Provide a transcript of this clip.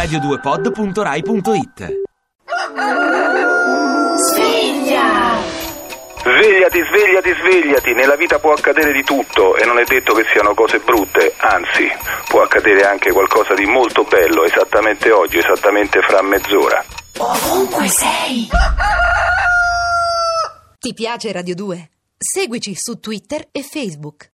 radio2pod.rai.it. Svegliati, nella vita può accadere di tutto e non è detto che siano cose brutte, anzi, può accadere anche qualcosa di molto bello esattamente oggi, esattamente fra mezz'ora. Ovunque sei. Ti piace Radio 2? Seguici su Twitter e Facebook.